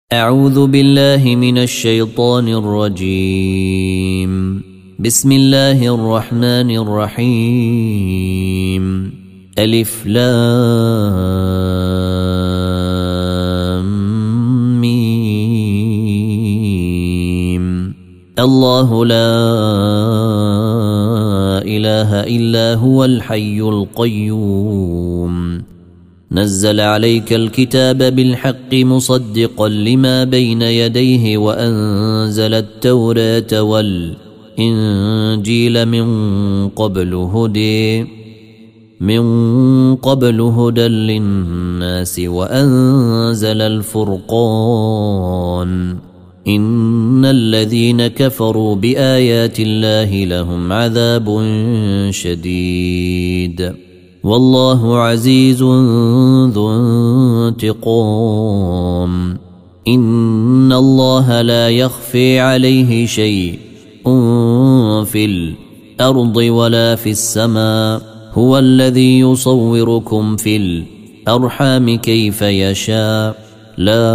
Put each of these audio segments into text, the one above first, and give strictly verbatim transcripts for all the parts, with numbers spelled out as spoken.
أعوذ بالله من الشيطان الرجيم. بسم الله الرحمن الرحيم. ألف لام ميم. الله لا إله إلا هو الحي القيوم. نزل عليك الكتاب بالحق مصدقا لما بين يديه وأنزل التوراة والإنجيل من قبل هدى من قبل هدى للناس وأنزل الفرقان. إن الذين كفروا بآيات الله لهم عذاب شديد والله عزيز ذو انتقام. إن الله لا يخفي عليه شيء في الأرض ولا في السماء. هو الذي يصوركم في الأرحام كيف يشاء. لا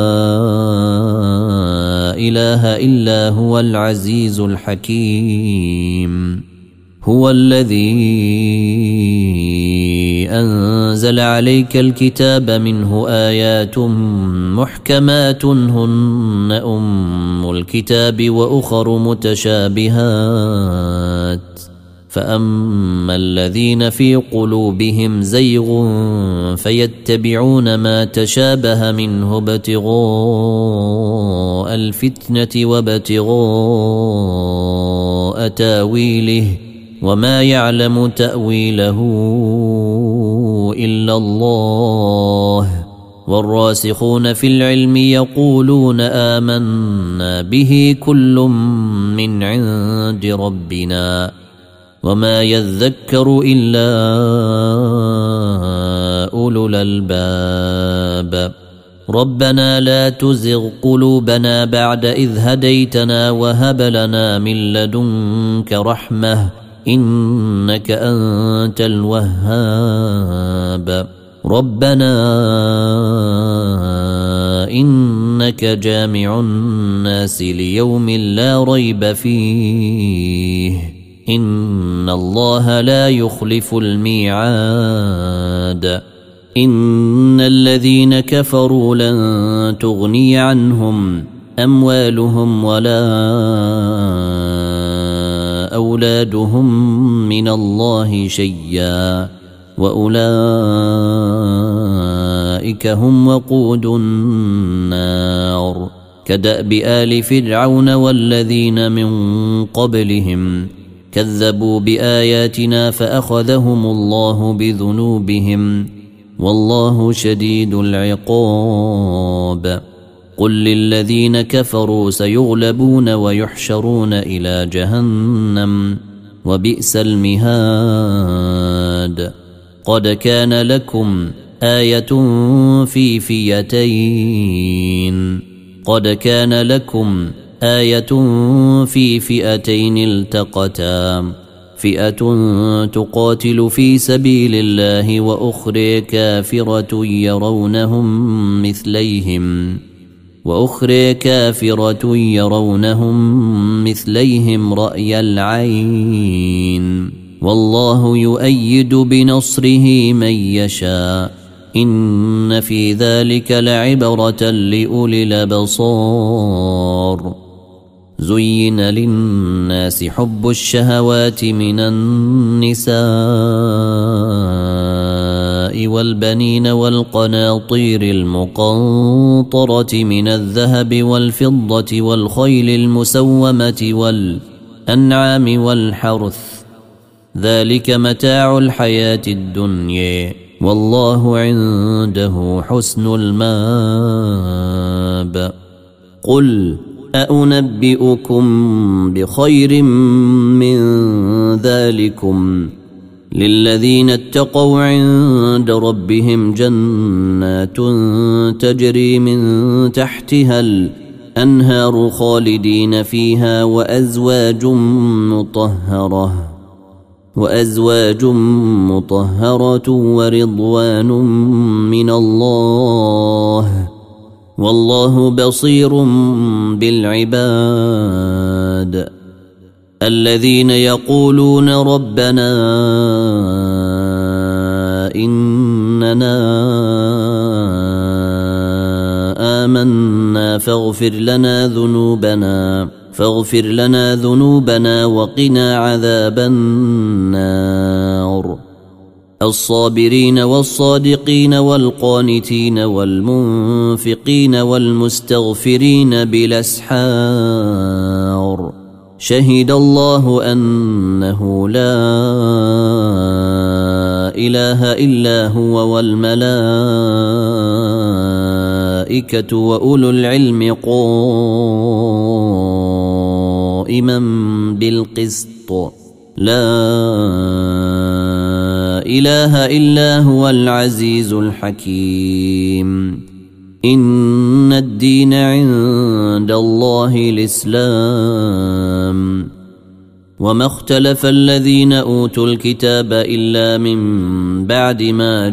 إله إلا هو العزيز الحكيم. هو الذي أنزل عليك الكتاب منه آيات محكمات هن أم الكتاب وأخر متشابهات. فأما الذين في قلوبهم زيغ فيتبعون ما تشابه منه ابتغاء الفتنة وابتغاء تاويله وما يعلم تأويله إلا الله. والراسخون في العلم يقولون آمنا به كل من عند ربنا وما يذكر إلا أولو الألباب. ربنا لا تزغ قلوبنا بعد إذ هديتنا وهب لنا من لدنك رحمة إنك أنت الوهاب. ربنا إنك جامع الناس ليوم لا ريب فيه إن الله لا يخلف الميعاد. إن الذين كفروا لن تغني عنهم أموالهم ولا أولادهم من الله شيئا وأولئك هم وقود النار. كدأب آل فرعون والذين من قبلهم كذبوا بآياتنا فأخذهم الله بذنوبهم والله شديد العقاب. قل للذين كفروا سيغلبون ويحشرون إلى جهنم وبئس المهاد. قد كان لكم آية في فئتين قد كان لكم آية في فئتين التقتا فئة تقاتل في سبيل الله وأخرى كافرة يرونهم مثليهم وأخرى كافرة يرونهم مثليهم رأي العين والله يؤيد بنصره من يشاء. إن في ذلك لعبرة لأولي الأبصار. زين للناس حب الشهوات من النساء والبنين والقناطير المقنطرة من الذهب والفضة والخيل المسومة والأنعام والحرث ذلك متاع الحياة الدنيا والله عنده حسن المآب. قل أأنبئكم بخير من ذلكم للذين اتقوا عند ربهم جنات تجري من تحتها الأنهار خالدين فيها وأزواج مطهرة وأزواج مطهرة ورضوان من الله والله بصير بالعباد الذين يقولون ربنا إننا آمنا فاغفر لنا ذنوبنا فاغفر لنا ذنوبنا وقنا عذاب النار الصابرين والصادقين والقانتين والمنفقين والمستغفرين بالأسحار شهد الله أنه لا إله إلا هو والملائكة وأولو العلم قائما بالقسط لا إله إلا هو العزيز الحكيم إن الدين عند الله الإسلام وما اختلف الذين أوتوا الكتاب إلا من بعد ما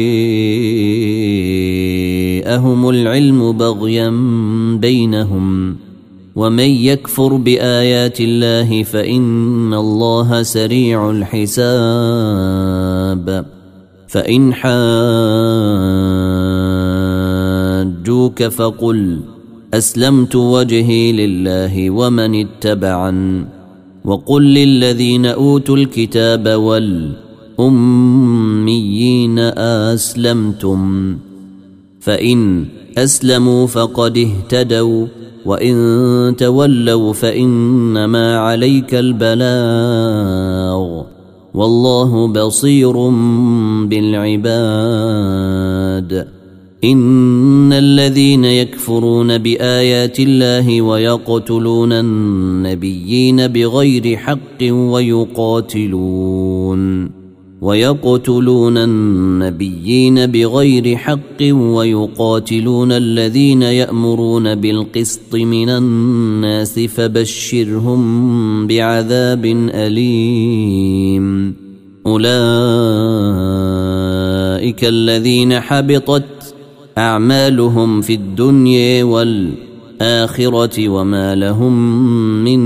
جاءهم العلم بغيا بينهم ومن يكفر بآيات الله فإن الله سريع الحساب فإن حاجوك فقل أسلمت وجهي لله ومن اتبعن وقل للذين أوتوا الكتاب والأميين أسلمتم فإن أسلموا فقد اهتدوا وإن تولوا فإنما عليك البلاغ والله بصير بالعباد إن الذين يكفرون بآيات الله ويقتلون النبيين بغير حق ويقاتلون ويقتلون النبيين بغير حق ويقاتلون الذين يأمرون بالقسط من الناس فبشرهم بعذاب أليم أولئك الذين حبطت أعمالهم في الدنيا والآخرة وما لهم من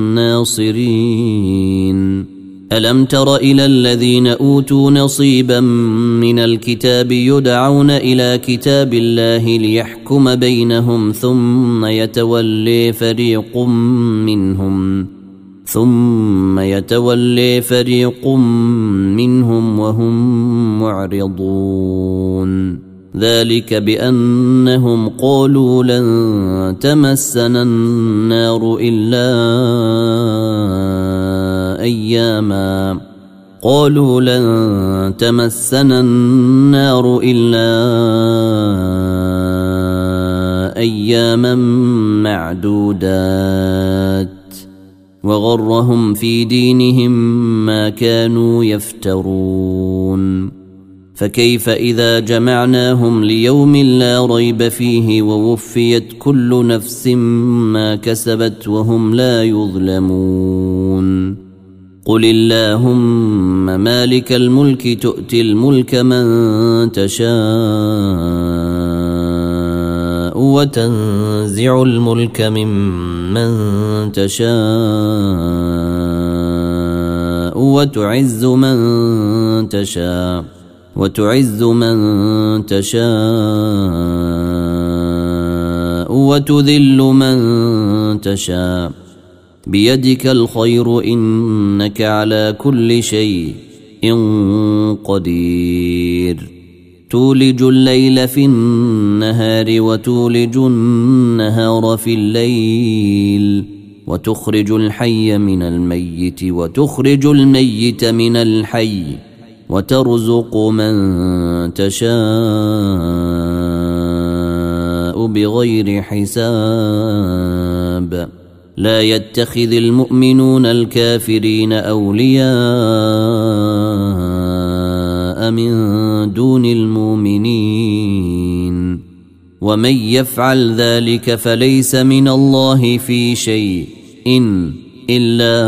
ناصرين ألم تر إلى الذين أوتوا نصيبا من الكتاب يدعون إلى كتاب الله ليحكم بينهم ثم يتولي فريق منهم ثم يتولي فريق منهم وهم معرضون ذلك بأنهم قالوا لن تمسنا النار إلا أياما قالوا لن تمسنا النار إلا أياما معدودات وغرهم في دينهم ما كانوا يفترون فكيف إذا جمعناهم ليوم لا ريب فيه ووفيت كل نفس ما كسبت وهم لا يظلمون قل اللهم مالك الملك تؤتي الملك من تشاء وتنزع الملك ممن تشاء وتعز من تشاء وتعز من تشاء وتذل من تشاء بيدك الخير إنك على كل شيء قدير تولج الليل في النهار وتولج النهار في الليل وتخرج الحي من الميت وتخرج الميت من الحي وترزق من تشاء بغير حساب لا يتخذ المؤمنون الكافرين أولياء من دون المؤمنين ومن يفعل ذلك فليس من الله في شيء إن إلا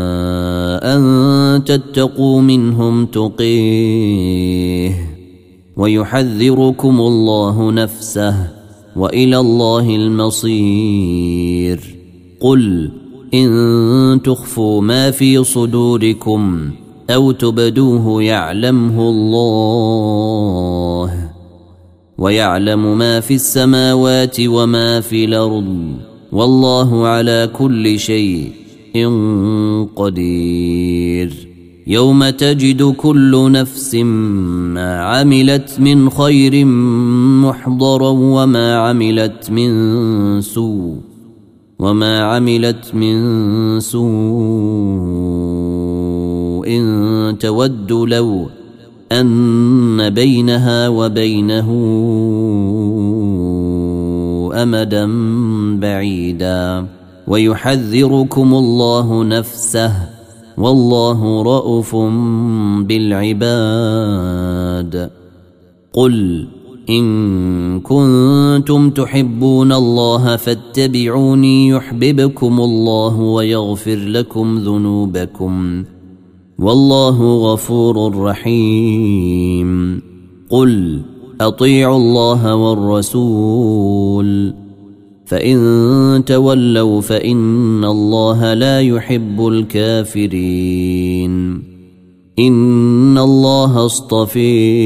أن تتقوا منهم تقيه ويحذركم الله نفسه وإلى الله المصير. قل إن تخفوا ما في صدوركم أو تبدوه يعلمه الله ويعلم ما في السماوات وما في الأرض والله على كل شيء قدير. يوم تجد كل نفس ما عملت من خير محضرا وما عملت من سوء وما عملت من سوء تود لو أن بينها وبينه أمدا بعيدا ويحذركم الله نفسه والله رءوف بالعباد. قل إن كنتم تحبون الله فاتبعوني يحببكم الله ويغفر لكم ذنوبكم والله غفور رحيم. قل أطيعوا الله والرسول فإن تولوا فإن الله لا يحب الكافرين. إن الله اصطفي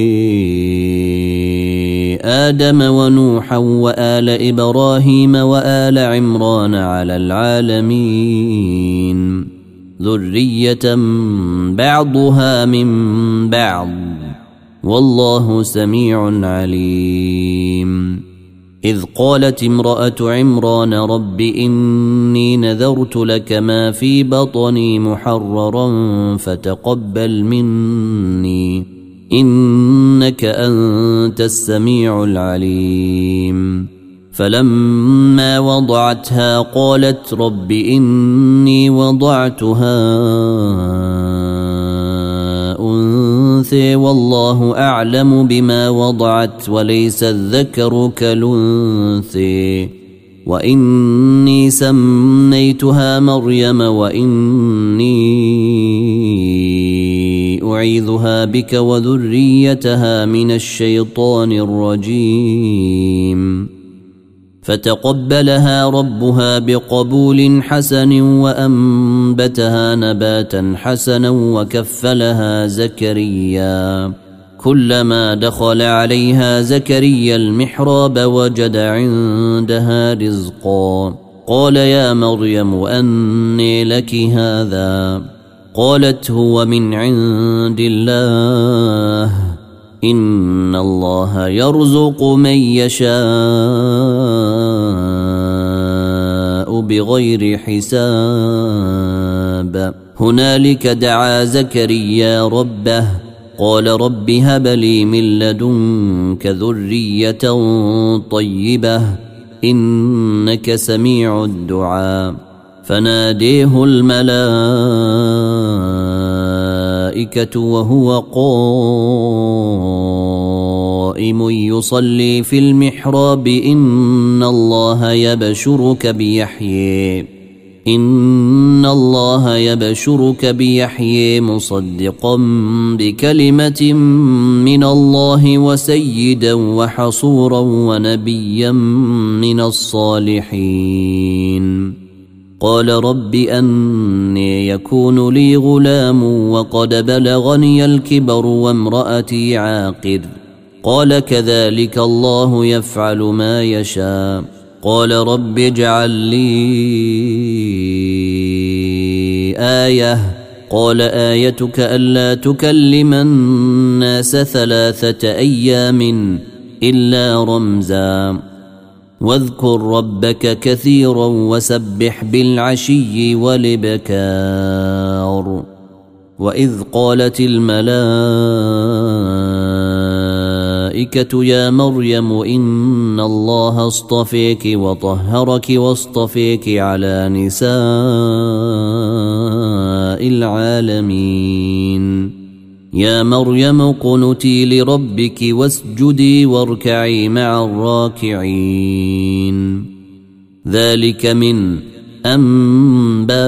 آدم ونوحا وآل إبراهيم وآل عمران على العالمين ذرية بعضها من بعض والله سميع عليم. إذ قالت امرأة عمران رب إني نذرت لك ما في بطني محررا فتقبل مني إنك أنت السميع العليم. فلما وضعتها قالت رب إني وضعتها أنثى والله أعلم بما وضعت وليس الذكر كالأنثى وإني سميتها مريم وإني أعيذها بك وذريتها من الشيطان الرجيم. فتقبلها ربها بقبول حسن وأنبتها نباتا حسنا وكفلها زكريا. كلما دخل عليها زكريا المحراب وجد عندها رزقا قال يا مريم أنى لك هذا قالت هو من عند الله إن الله يرزق من يشاء بغير حساب. هنالك دعا زكريا ربه قال رب هب لي من لدنك ذرية طيبة إنك سميع الدعاء. فناديه الملائكة وهو قائم يصلي في المحراب إن الله يبشرك بيحيى إن الله يبشرك بيحيى مصدقا بكلمة من الله وسيدا وحصورا ونبيا من الصالحين. قال رب أنى يكون لي غلام وقد بلغني الكبر وامرأتي عاقر قال كذلك الله يفعل ما يشاء. قال رب اجعل لي آية قال آيتك ألا تكلم الناس ثلاثة أيام إلا رمزا واذكر ربك كثيرا وسبح بالعشي والإبكار. وإذ قالت الملائكة يا مريم إن الله اصطفيك وطهرك واصطفيك على نساء العالمين. يا مريم قنتي لربك واسجدي واركعي مع الراكعين. ذلك من أنباء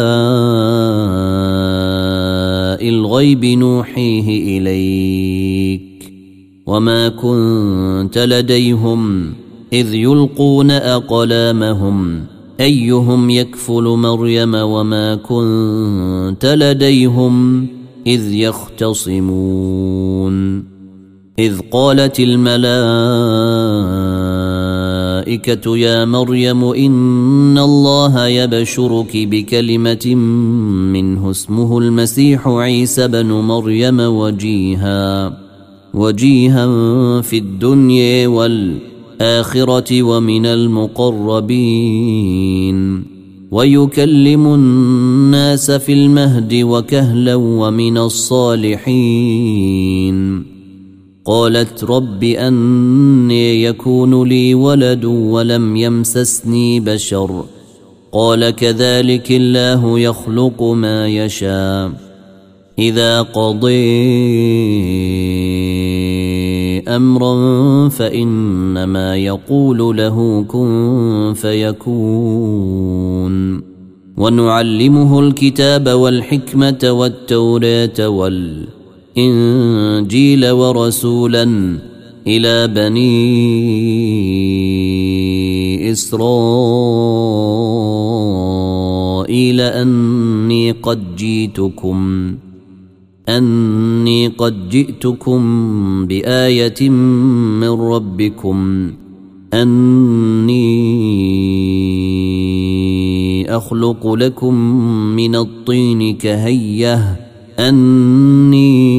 الغيب نوحيه إليك وما كنت لديهم إذ يلقون أقلامهم أيهم يكفل مريم وما كنت لديهم إذ يختصمون إذ قالت الملائكة يا مريم إن الله يبشرك بكلمة منه اسمه المسيح عيسى بن مريم وجيها وجيها في الدنيا والآخرة ومن المقربين ويكلم الناس في المهد وكهلا ومن الصالحين قالت رب أني يكون لي ولد ولم يمسسني بشر قال كذلك الله يخلق ما يشاء إذا قضي أمرا فإنما يقول له كن فيكون ونعلمه الكتاب والحكمة والتوراة والإنجيل ورسولا إلى بني إسرائيل أني قد جئتكم أني قد جئتكم بآية من ربكم أني أخلق لكم من الطين كهيئة أني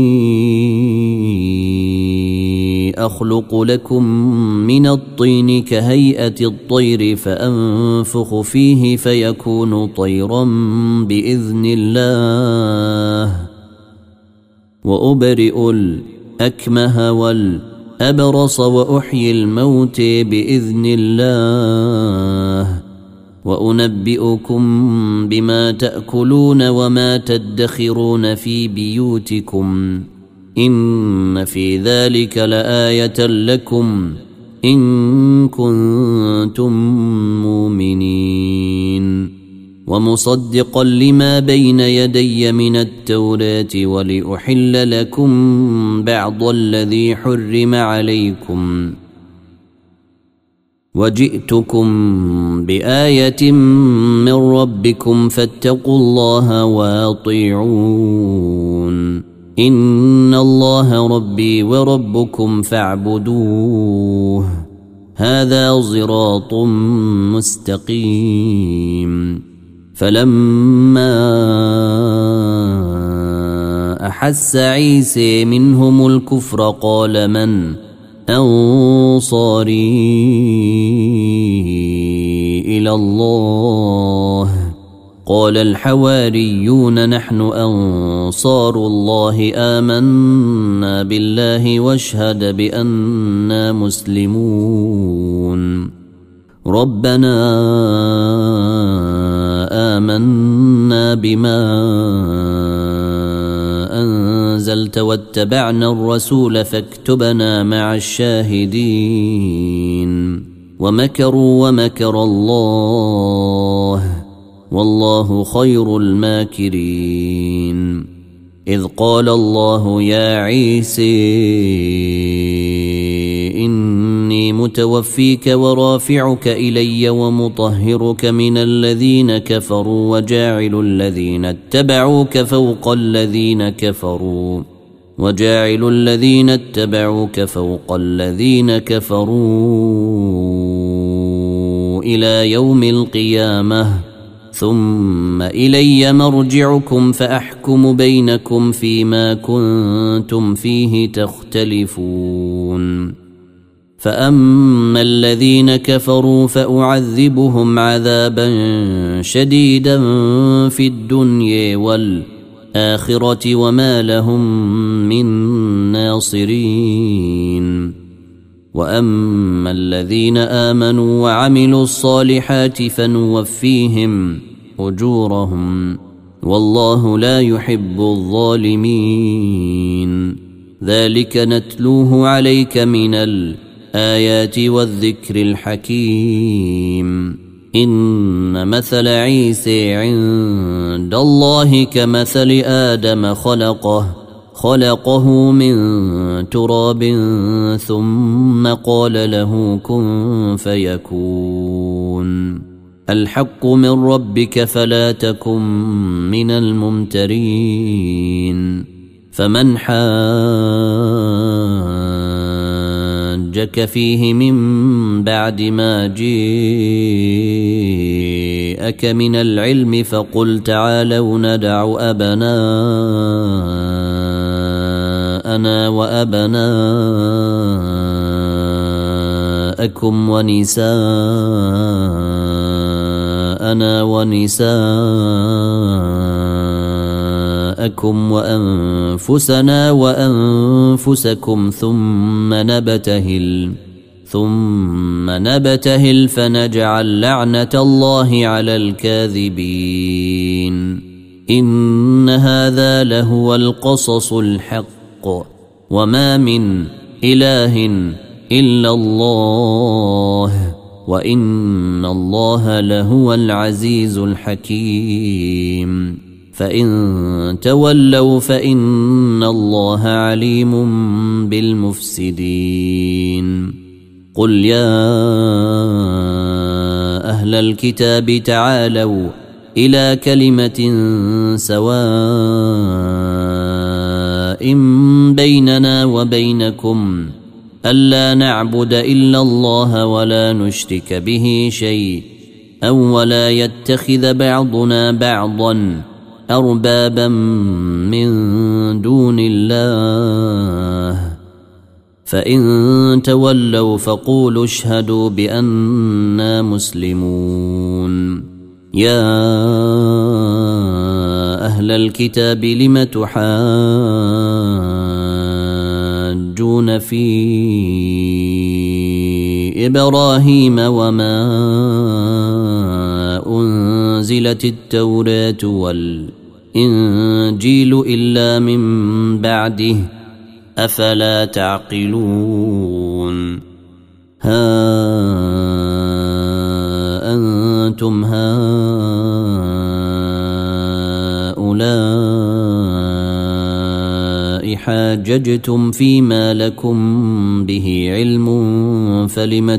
أخلق لكم من الطين كهيئة الطير فأنفخ فيه فيكون طيرا بإذن الله وأبرئ الأكمه والأبرص وأحيي الموت بإذن الله وأنبئكم بما تأكلون وما تدخرون في بيوتكم إن في ذلك لآية لكم إن كنتم مؤمنين ومصدقا لما بين يدي من التوراة ولأحل لكم بعض الذي حرم عليكم وجئتكم بآية من ربكم فاتقوا الله وأطيعون إن الله ربي وربكم فاعبدوه هذا صراط مستقيم فلما أحس عيسى منهم الكفر قال من أنصاري إلى الله قال الحواريون نحن أنصار الله آمنا بالله واشهد بأننا مسلمون ربنا آمنا بما أنزلت واتبعنا الرسول فاكتبنا مع الشاهدين ومكروا ومكر الله والله خير الماكرين إذ قال الله يا عيسى إني متوفيك ورافعك إلي ومطهرك من الذين كفروا وجاعل الذين اتبعوك فوق الذين كفروا وجاعل الذين اتبعوك فوق الذين كفروا إلى يوم القيامة ثم إلي مرجعكم فأحكم بينكم فيما كنتم فيه تختلفون فأما الذين كفروا فأعذبهم عذابا شديدا في الدنيا والآخرة وما لهم من ناصرين وأما الذين آمنوا وعملوا الصالحات فنوفيهم أجورهم والله لا يحب الظالمين ذلك نتلوه عليك من الآيات والذكر الحكيم إن مثل عيسى عند الله كمثل آدم خلقه خلقه من تراب ثم قال له كن فيكون الحق من ربك فلا تكن من الممترين فمن حاجك فيه من بعد ما جاءك من العلم فقل تعالوا ندع أبناءنا وأبناءكم ونساءنا ونساءكم وأنفسنا وأنفسكم ثم نبتهل ثم نبتهل فنجعل لعنة الله على الكاذبين إن هذا لهو القصص الحق وما من إله إلا الله وإن الله لهو العزيز الحكيم فإن تولوا فإن الله عليم بالمفسدين قل يا أهل الكتاب تعالوا إلى كلمة سواء بيننا وبينكم ألا نعبد إلا الله ولا نشرك به شيء أو ولا يتخذ بعضنا بعضا أربابا من دون الله فإن تولوا فقولوا اشهدوا بأننا مسلمون يا أهل الكتاب لم تحاجون في إبراهيم وما أنزلت التوراة والإنجيل إلا من بعده أفلا تعقلون ها أنتم هؤلاء حاججتم فيما لكم به علم فلم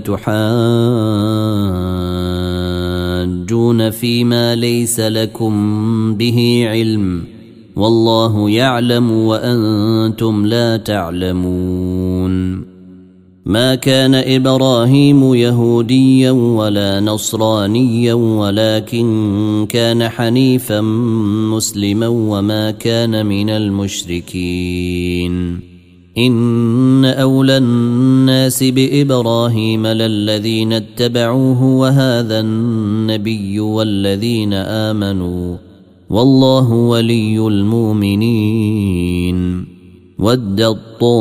تحاجون فيما ليس لكم به علم والله يعلم وأنتم لا تعلمون ما كان إبراهيم يهوديا ولا نصرانيا ولكن كان حنيفا مسلما وما كان من المشركين إن أولى الناس بإبراهيم للذين اتبعوه وهذا النبي والذين آمنوا والله ولي المؤمنين ودت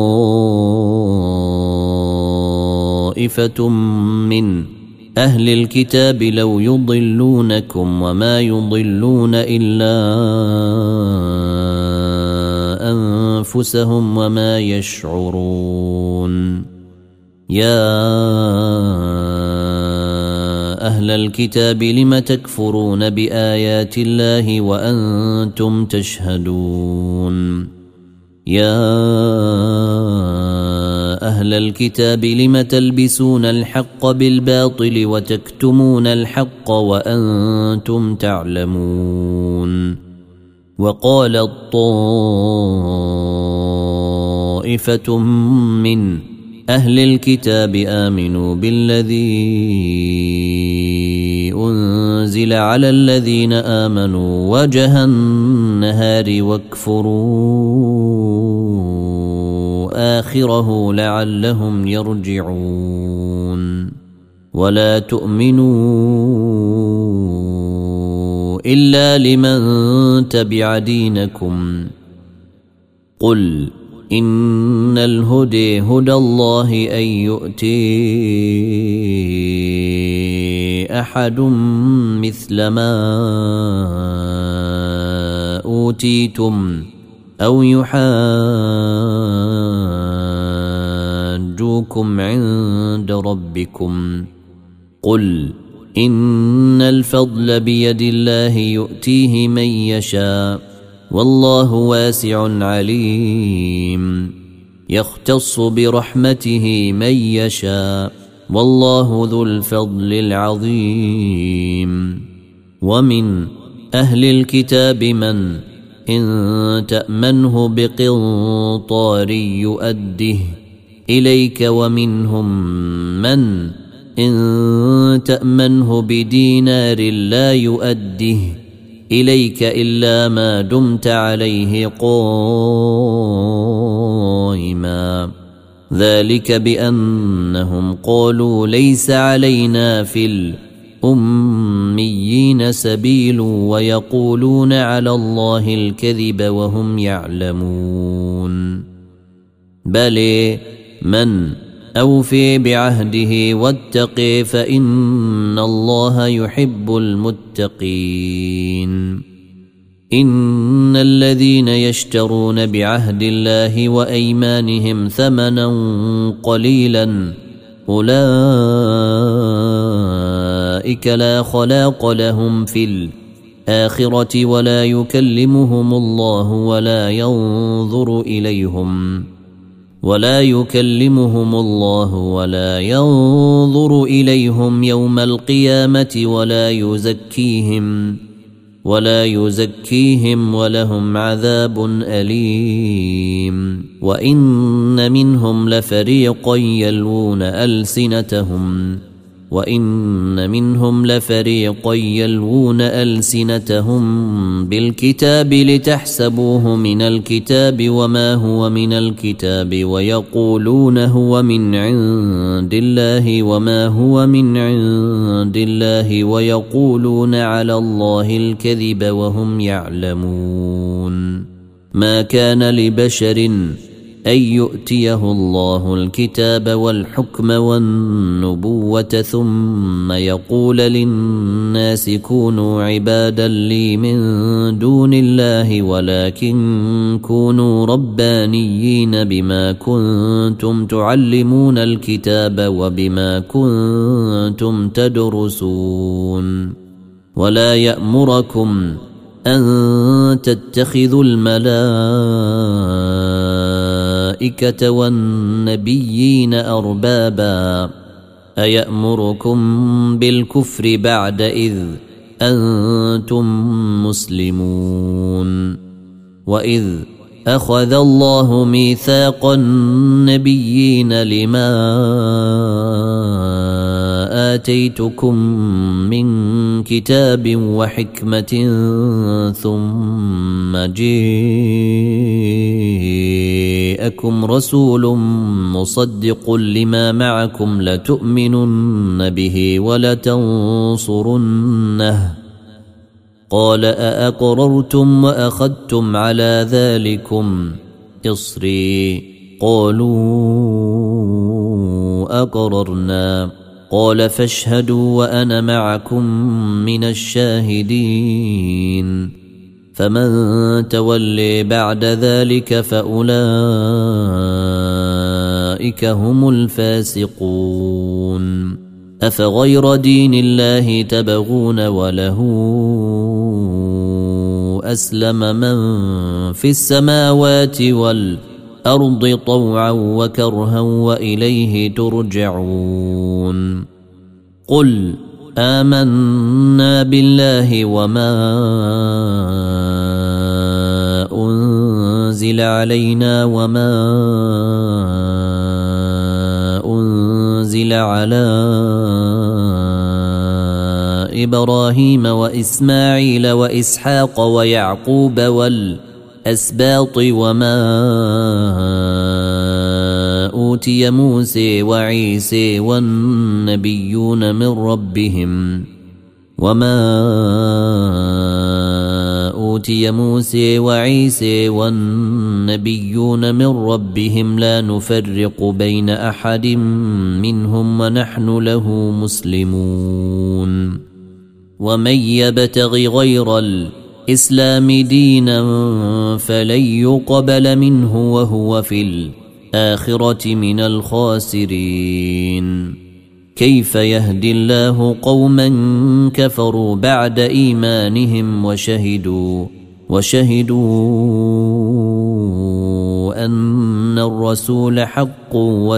طائفة من أهل الكتاب لو يضلونكم وما يضلون إلا أنفسهم وما يشعرون يا أهل الكتاب لم تكفرون بآيات الله وأنتم تشهدون يا أهل الكتاب لم تلبسون الحق بالباطل وتكتمون الحق وأنتم تعلمون وقالت طائفة من أهل الكتاب آمنوا بالذي أنزل على الذين آمنوا وجه النهار واكفروا آخره لعلهم يرجعون ولا تؤمنوا إلا لمن تبع دينكم قل إن الهدي هدى الله أن يؤتي أحد مثل ما أوتيتم أو يحاجوكم عند ربكم قل إن الفضل بيد الله يؤتيه من يشاء والله واسع عليم يختص برحمته من يشاء والله ذو الفضل العظيم ومن أهل الكتاب من إن تأمنه بقنطار يؤده إليك ومنهم من إن تأمنه بدينار لا يؤده إليك إلا ما دمت عليه قائما ذلك بأنهم قالوا ليس علينا في الأميين سبيل ويقولون على الله الكذب وهم يعلمون بل من أوفي بعهده واتقي فإن الله يحب المتقين إن الذين يشترون بعهد الله وأيمانهم ثمنا قليلا أولئك لا خلاق لهم في الآخرة ولا يكلمهم الله ولا ينظر إليهم ولا يكلمهم الله ولا ينظر إليهم يوم القيامة ولا يزكيهم ولا يزكيهم ولهم عذاب أليم وإن منهم لفريقا يلوون ألسنتهم وإن منهم لفريقا يلوون ألسنتهم بالكتاب لتحسبوه من الكتاب وما هو من الكتاب ويقولون هو من عند الله وما هو من عند الله ويقولون على الله الكذب وهم يعلمون ما كان لبشر أن يؤتيه الله الكتاب والحكم والنبوة ثم يقول للناس كونوا عبادا لي من دون الله ولكن كونوا ربانيين بما كنتم تعلمون الكتاب وبما كنتم تدرسون ولا يأمركم أن تتخذوا الملائكة والنبيين أربابا أيأمركم بالكفر بعد إذ أنتم مسلمون وإذ أخذ الله ميثاق النبيين لما آتيتكم من كتاب وحكمة ثم جاءكم رسول مصدق لما معكم لتؤمنن به ولتنصرنه قال أأقررتم وأخذتم على ذلكم إصري قالوا أقررنا قال فاشهدوا وأنا معكم من الشاهدين فمن تولي بعد ذلك فأولئك هم الفاسقون أفغير دين الله تبغون وله أسلم من في السماوات والأرض طوعا وكرها وإليه ترجعون قل آمنا بالله وما أنزل علينا وما أنزل على إبراهيم وإسماعيل وإسحاق ويعقوب والأسباط وما أوتي موسى وعيسى والنبيون من ربهم وما أوتي موسى وعيسى والنبيون من ربهم لا نفرق بين أحد منهم ونحن له مسلمون ومن يبتغ غير الإسلام دينا فلن يقبل منه وهو في الآخرة من الخاسرين كيف يهدي الله قوما كفروا بعد إيمانهم وشهدوا وشهدوا أن الرسول حق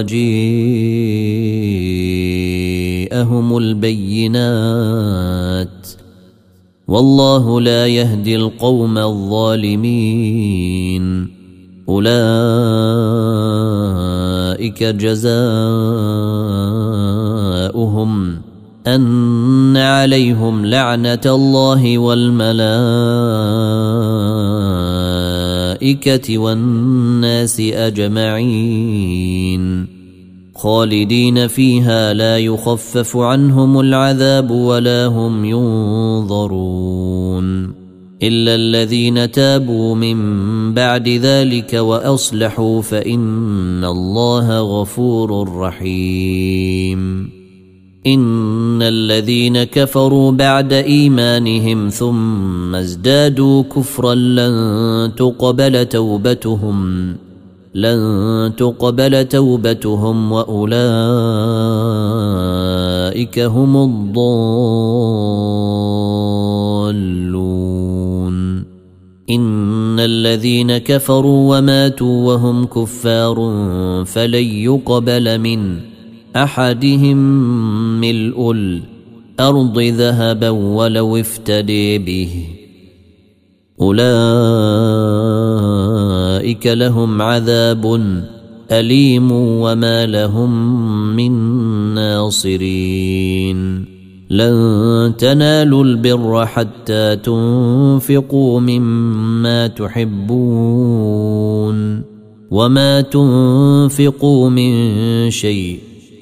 وجيءهم البينات والله لا يهدي القوم الظالمين. أولئك جزاؤهم أن عليهم لعنة الله والملائكة والناس أجمعين خالدين فيها لا يخفف عنهم العذاب ولا هم ينظرون إلا الذين تابوا من بعد ذلك وأصلحوا فإن الله غفور رحيم. إن الذين كفروا بعد إيمانهم ثم ازدادوا كفرا لن تقبل توبتهم لن تقبل توبتهم وأولئك هم الضالون. إن الذين كفروا وماتوا وهم كفار فلن يقبل من أحدهم ملء الأرض ذهبا ولو افتدي به أولئك لهم عذاب أليم وما لهم من ناصرين. لن تنالوا البر حتى تنفقوا مما تحبون وما تنفقوا من شيء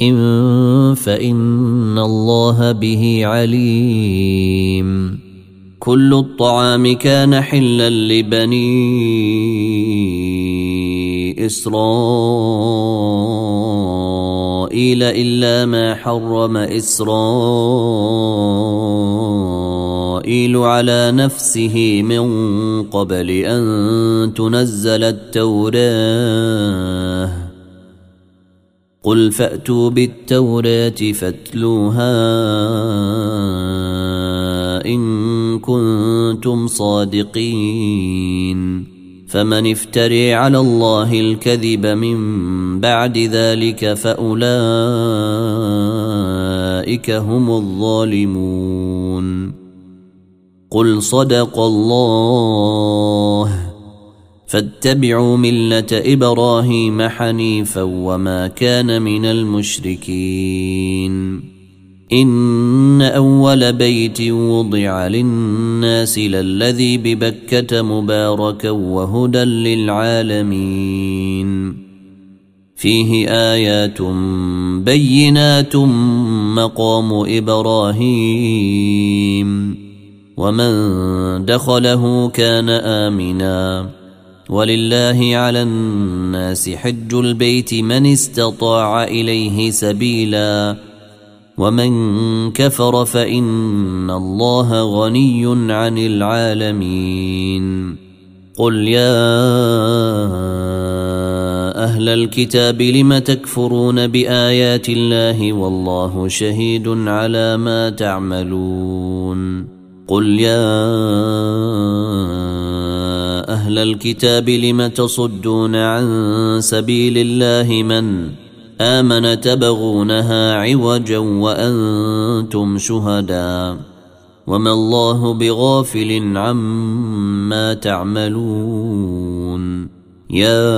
فإن الله به عليم. كل الطعام كان حلا لبني إسرائيل إلا ما حرم إسرائيل على نفسه من قبل أن تنزل التوراة قل فأتوا بالتوراة فاتلوها إن كنتم صادقين. فمن افتري على الله الكذب من بعد ذلك فأولئك هم الظالمون. قل صدق الله فاتبعوا ملة إبراهيم حنيفا وما كان من المشركين. إن أول بيت وضع للناس للذي ببكة مباركا وهدى للعالمين فيه آيات بينات مقام إبراهيم ومن دخله كان آمنا ولله على الناس حج البيت من استطاع إليه سبيلا ومن كفر فإن الله غني عن العالمين. قل يا أهل الكتاب لم تكفرون بآيات الله والله شهيد على ما تعملون. قل يا أهل الكتاب لم تصدون عن سبيل الله من آمن تبغونها عوجا وأنتم شهداء وما الله بغافل عما تعملون. يا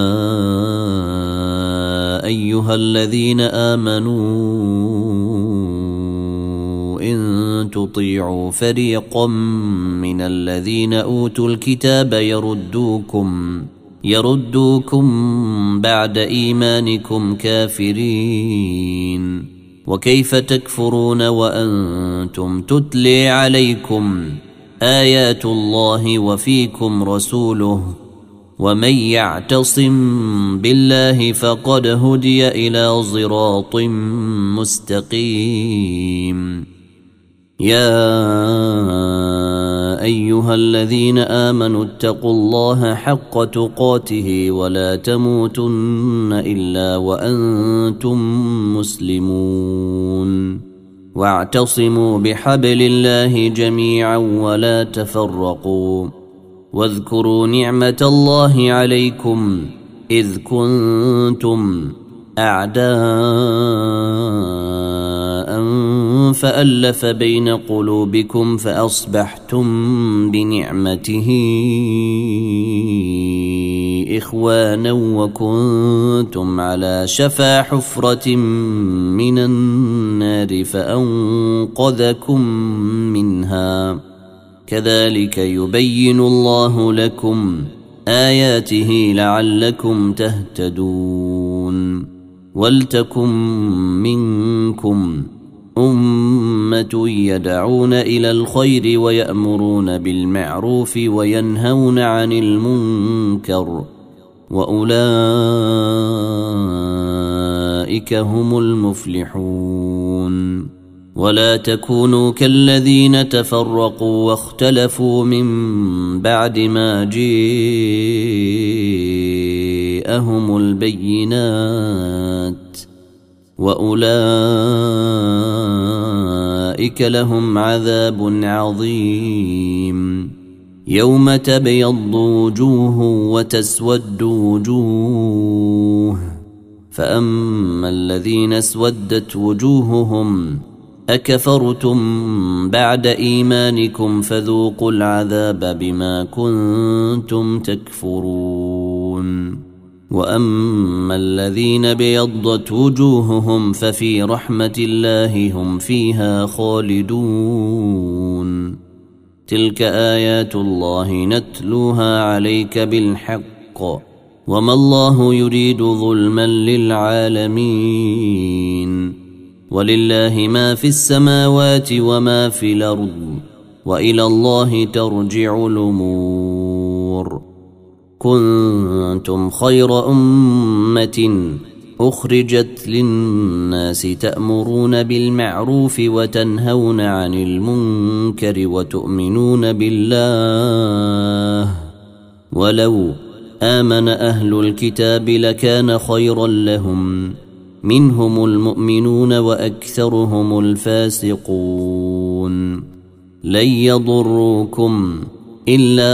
أيها الذين آمنوا إن تطيعوا فريقا من الذين أوتوا الكتاب يردوكم يردوكم بعد إيمانكم كافرين وكيف تكفرون وأنتم تتلي عليكم آيات الله وفيكم رسوله ومن يعتصم بالله فقد هدي إلى صراط مستقيم. يا أيها الذين آمنوا اتقوا الله حق تقاته ولا تموتن إلا وأنتم مسلمون واعتصموا بحبل الله جميعا ولا تفرقوا واذكروا نعمة الله عليكم إذ كنتم أعداء فألف بين قلوبكم فأصبحتم بنعمته إخوانا وكنتم على شفا حفرة من النار فأنقذكم منها كذلك يبين الله لكم آياته لعلكم تهتدون ولتكن منكم أمة يدعون إلى الخير ويأمرون بالمعروف وينهون عن المنكر وأولئك هم المفلحون ولا تكونوا كالذين تفرقوا واختلفوا من بعد ما جاءهم البينات وأولئك لهم عذاب عظيم يوم تبيض وجوه وتسود وجوه فأما الذين اسودت وجوههم أكفرتم بعد إيمانكم فذوقوا العذاب بما كنتم تكفرون وأما الذين بيضت وجوههم ففي رحمة الله هم فيها خالدون تلك آيات الله نتلوها عليك بالحق وما الله يريد ظلما للعالمين ولله ما في السماوات وما في الأرض وإلى الله ترجع الأمور كنتم خير أمة أخرجت للناس تأمرون بالمعروف وتنهون عن المنكر وتؤمنون بالله ولو آمن أهل الكتاب لكان خيرا لهم منهم المؤمنون وأكثرهم الفاسقون لن يضروكم إلا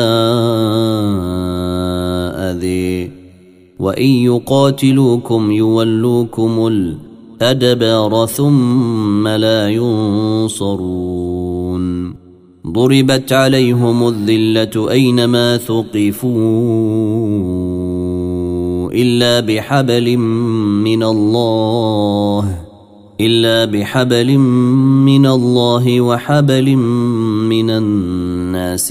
أذى وإن يقاتلوكم يولوكم الأدبار ثم لا ينصرون ضربت عليهم الذلة أينما ثقفوا إلا بحبل من الله إلا بحبل من الله وحبل من الناس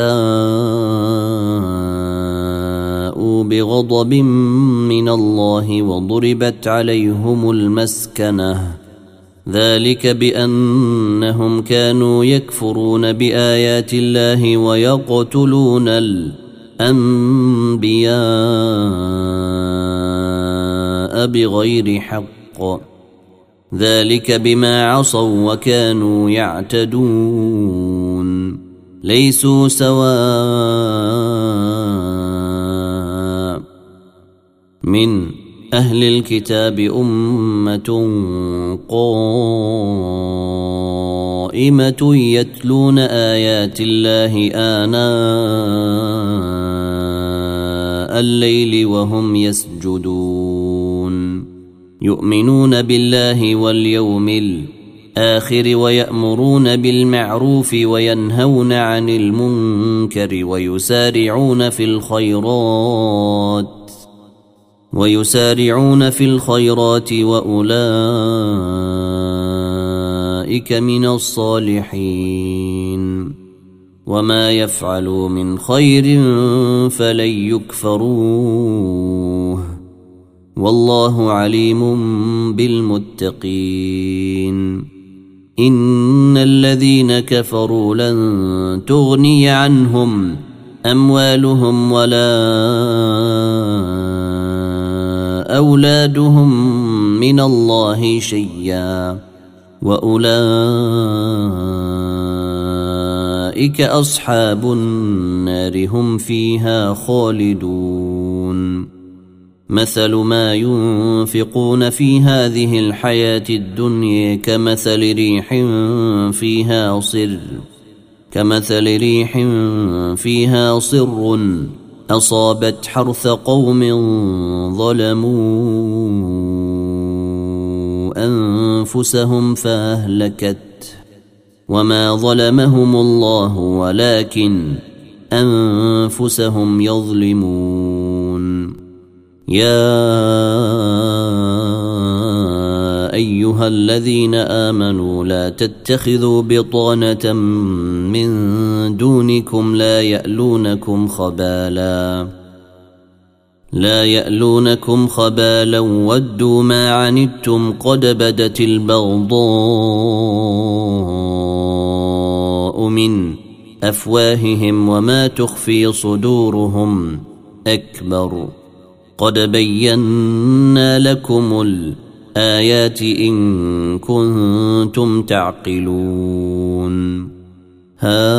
وباءوا بغضب من الله وضربت عليهم المسكنة ذلك بأنهم كانوا يكفرون بآيات الله ويقتلون الأنبياء بغير حق ذلك بما عصوا وكانوا يعتدون ليسوا سواء من أهل الكتاب أمة قائمة يتلون آيات الله آناء الليل وهم يسجدون يؤمنون بالله واليوم الآخر ويأمرون بالمعروف وينهون عن المنكر ويسارعون في الخيرات ويسارعون في الخيرات وأولئك من الصالحين وما يفعلوا من خير فلن يكفروه والله عليم بالمتقين إن الذين كفروا لن تغني عنهم أموالهم ولا أولادهم من الله شيئا وأولئك أصحاب النار هم فيها خالدون مثل ما ينفقون في هذه الحياة الدنيا كمثل ريح فيها صر كمثل ريح فيها صر أصابت حرث قوم ظلموا أنفسهم فأهلكت وما ظلمهم الله ولكن أنفسهم يظلمون. يا أيها الذين آمنوا لا تتخذوا بطانة من دونكم لا يألونكم خبالا لا يألونكم خبالا ودوا ما عنتم قد بدت البغضاء من أفواههم وما تخفي صدورهم أكبر قد بينا لكم الآيات إن كنتم تعقلون. ها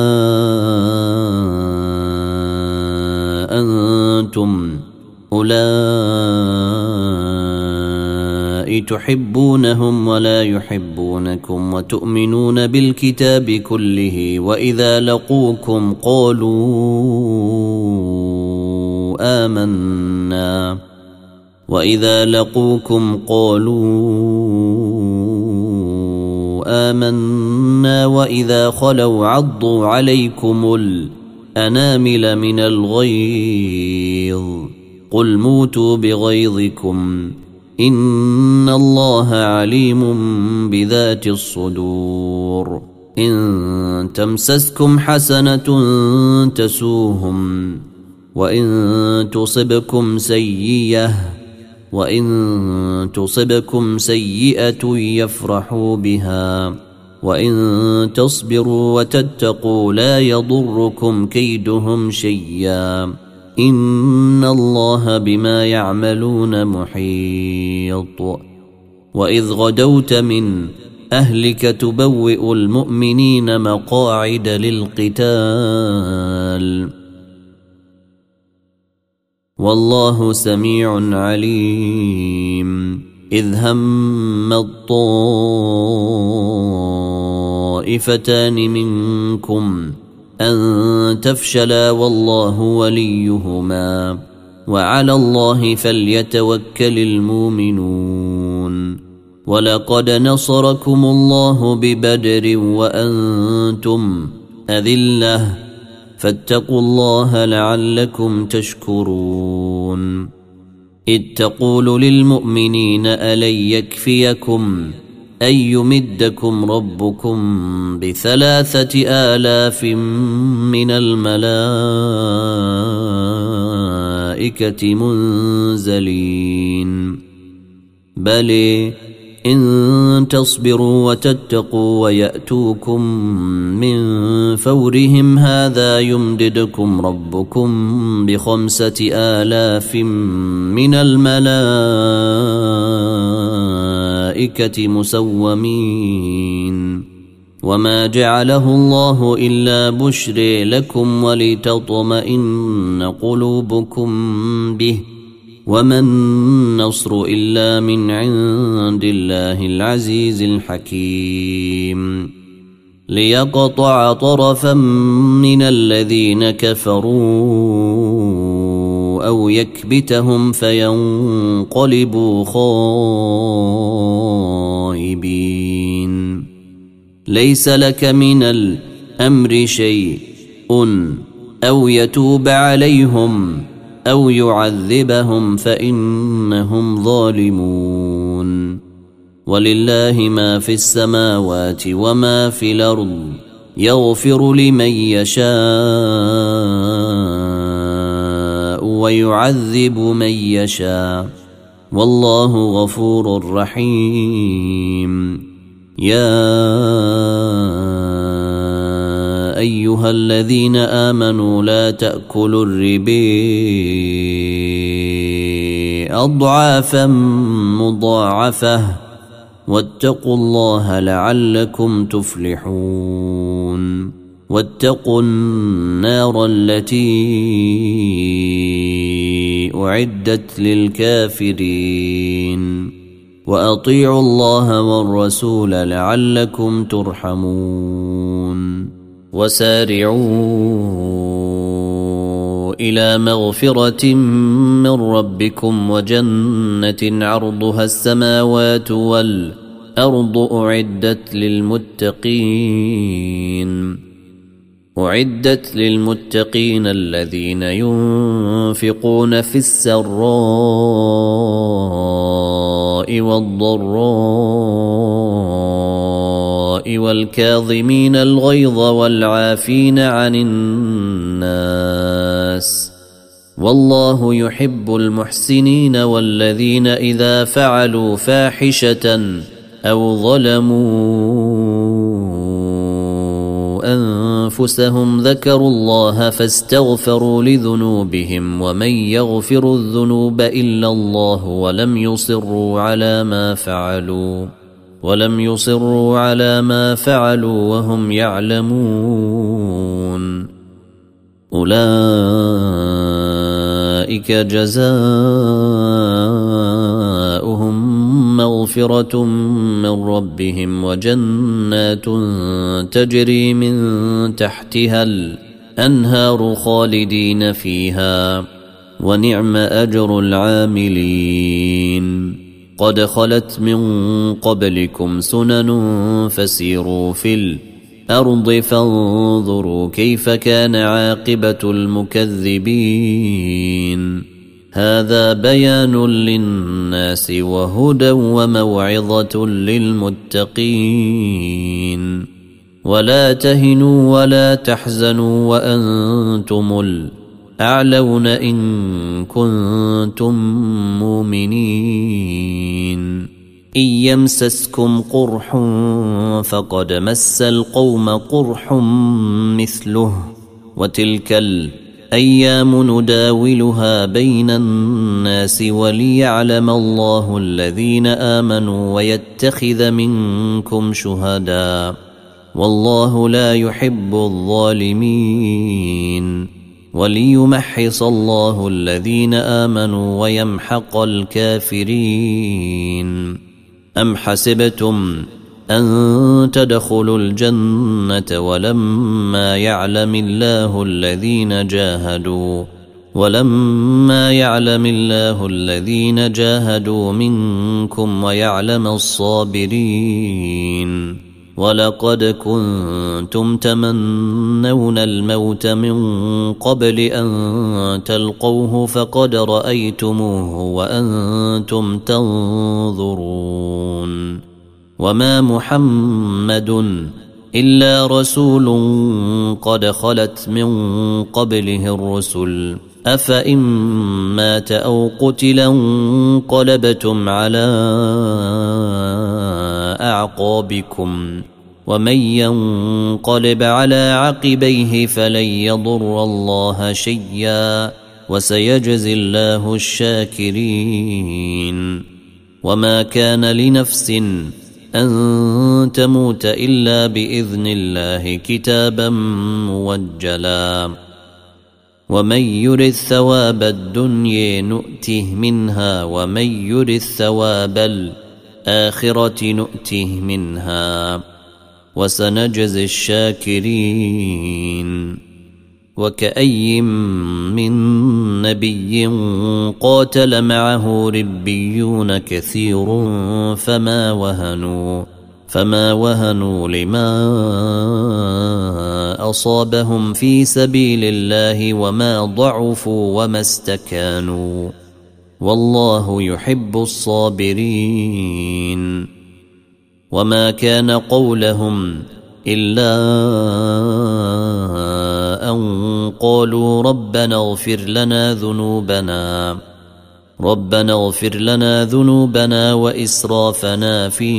أنتم أولئك تحبونهم ولا يحبونكم وتؤمنون بالكتاب كله وإذا لقوكم قالوا آمنا وإذا لقوكم قالوا آمنا وإذا خلوا عضوا عليكم الأنامل من الغيظ قل موتوا بغيظكم إن الله عليم بذات الصدور. إن تمسسكم حسنة تسوهم وإن تصبكم سيئة وإن تصبكم سيئة يفرحوا بها وإن تصبروا وتتقوا لا يضركم كيدهم شيئا إن الله بما يعملون محيط. وإذ غدوت من أهلك تبوئ المؤمنين مقاعد للقتال والله سميع عليم. إذ هم الطائفتان منكم أن تفشلا والله وليهما وعلى الله فليتوكل المؤمنون. ولقد نصركم الله ببدر وأنتم أذلة فاتقوا الله لعلكم تشكرون. إذ تقول للمؤمنين ألن يكفيكم أن يمدكم ربكم بثلاثة آلاف من الملائكة منزلين بل إن تصبروا وتتقوا ويأتوكم من فورهم هذا يمددكم ربكم بخمسة آلاف من الملائكة مسومين وما جعله الله إلا بشر لكم ولتطمئن قلوبكم به وما النصر إلا من عند الله العزيز الحكيم. ليقطع طرفا من الذين كفروا أو يكبتهم فينقلبوا خائبين. ليس لك من الأمر شيء أو يتوب عليهم أو يعذبهم فإنهم ظالمون. ولله ما في السماوات وما في الأرض يغفر لمن يشاء ويعذب من يشاء والله غفور رحيم. يا أيها الذين آمنوا لا تأكلوا الربا أضعافا مضاعفة واتقوا الله لعلكم تفلحون. واتقوا النار التي أعدت للكافرين وأطيعوا الله والرسول لعلكم ترحمون. وسارعوا إلى مغفرة من ربكم وجنة عرضها السماوات والأرض أعدت للمتقين أعدت للمتقين الذين ينفقون في السراء والضراء والكاظمين الغيظ والعافين عن الناس والله يحب المحسنين والذين إذا فعلوا فاحشة أو ظلموا أنفسهم ذكروا الله فاستغفروا لذنوبهم ومن يغفر الذنوب إلا الله ولم يصروا على ما فعلوا ولم يصروا على ما فعلوا وهم يعلمون أولئك جزاؤهم مغفرة من ربهم وجنات تجري من تحتها الأنهار خالدين فيها ونعم أجر العاملين قد خلت من قبلكم سنن فسيروا في الأرض فانظروا كيف كان عاقبة المكذبين هذا بيان للناس وهدى وموعظة للمتقين ولا تهنوا ولا تحزنوا وأنتم الأعلون إن كنتم مؤمنين إن يمسسكم قرح فقد مس القوم قرح مثله وتلك الأيام نداولها بين الناس وليعلم الله الذين آمنوا ويتخذ منكم شهداء والله لا يحب الظالمين وليمحص الله الذين آمنوا ويمحق الكافرين أم حسبتم أن تدخلوا الجنة ولما يعلم الله الذين جاهدوا ولما يعلم الله الذين جاهدوا منكم ويعلم الصابرين ولقد كنتم تمنون الموت من قبل أن تلقوه فقد رأيتموه وأنتم تنظرون وما محمد إلا رسول قد خلت من قبله الرسل أفإن مات أو قتلا انقلبتم على أعقابكم ومن ينقلب على عقبيه فلن يضر الله شيئا وسيجزي الله الشاكرين وما كان لنفس أن تموت إلا بإذن الله كتابا موجلا ومن يرد ثواب الدنيا نؤته منها ومن يرد ثواب الآخرة نؤته منها وسنجزي الشاكرين وكأي من نبي قاتل معه ربيون كثير فما وهنوا فما وهنوا لما أصابهم في سبيل الله وما ضعفوا وما استكانوا والله يحب الصابرين وما كان قولهم إلا أن قالوا ربنا اغفر لنا ذنوبنا ربنا اغفر لنا ذنوبنا وإسرافنا في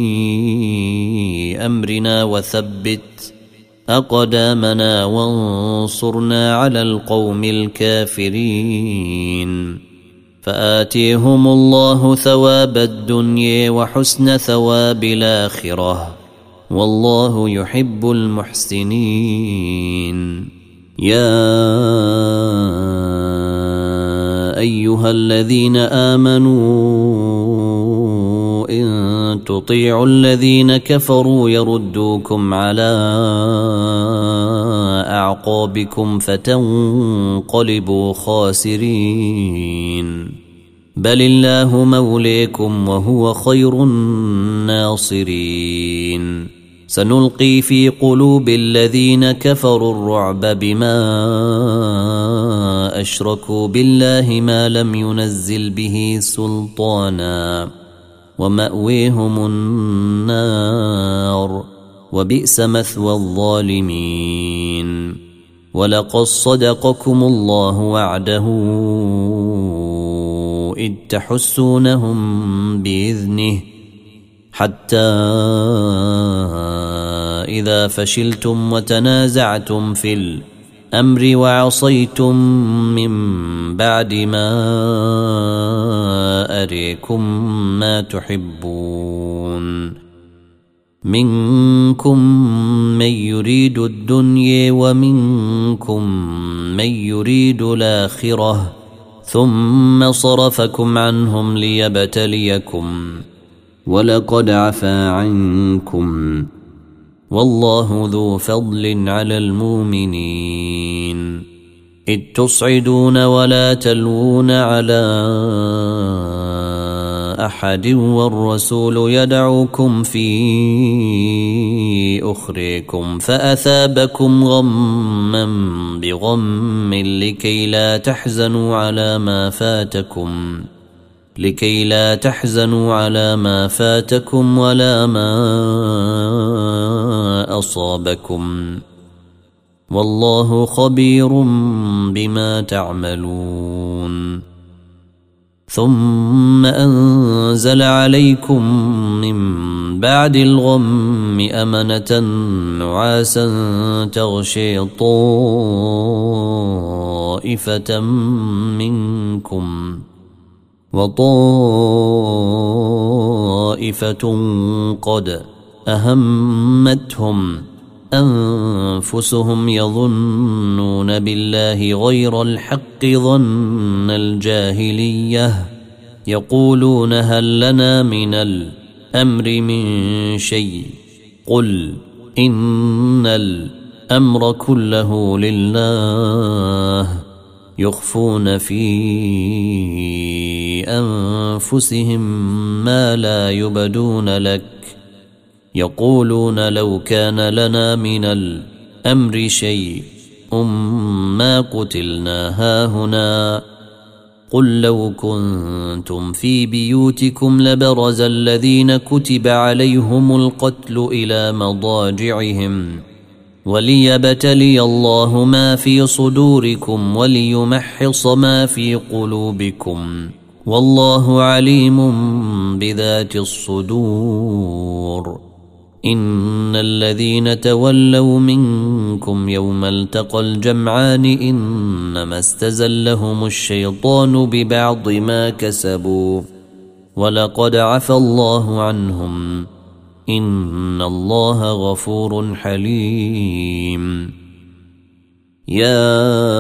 أمرنا وثبت أقدامنا وانصرنا على القوم الكافرين فآتيهم الله ثواب الدنيا وحسن ثواب الآخرة والله يحب المحسنين يا أيها الذين آمنوا إن تطيعوا الذين كفروا يردوكم على أعقابكم فتنقلبوا خاسرين بل الله موليكم وهو خير الناصرين سنلقي في قلوب الذين كفروا الرعب بما أشركوا بالله ما لم ينزل به سلطانا ومأويهم النار وبئس مثوى الظالمين ولقد صدقكم الله وعده إذ تحسونهم بإذنه حتى إذا فشلتم وتنازعتم في الأمر وعصيتم من بعد ما أريكم ما تحبون منكم من يريد الدنيا ومنكم من يريد الآخرة ثم صرفكم عنهم ليبتليكم ولقد عفا عنكم والله ذو فضل على المؤمنين إذ تصعدون ولا تلوون على أحد والرسول يدعوكم في أخريكم فأثابكم غما بغم لكي لا تحزنوا على ما فاتكم لكي لا تحزنوا على ما فاتكم ولا ما أصابكم والله خبير بما تعملون ثم أنزل عليكم من بعد الغم أمنة نعاسا تغشي طائفة منكم وطائفة قد أهمتهم أنفسهم يظنون بالله غير الحق ظن الجاهلية يقولون هل لنا من الأمر من شيء قل إن الأمر كله لله يخفون في أنفسهم ما لا يبدون لك يقولون لو كان لنا من الأمر شيء ما قتلنا هاهنا قل لو كنتم في بيوتكم لبرز الذين كتب عليهم القتل إلى مضاجعهم وليبتلي الله ما في صدوركم وليمحص ما في قلوبكم والله عليم بذات الصدور إن الذين تولوا منكم يوم التقى الجمعان إنما استزلهم الشيطان ببعض ما كسبوا ولقد عفى الله عنهم إن الله غفور حليم يا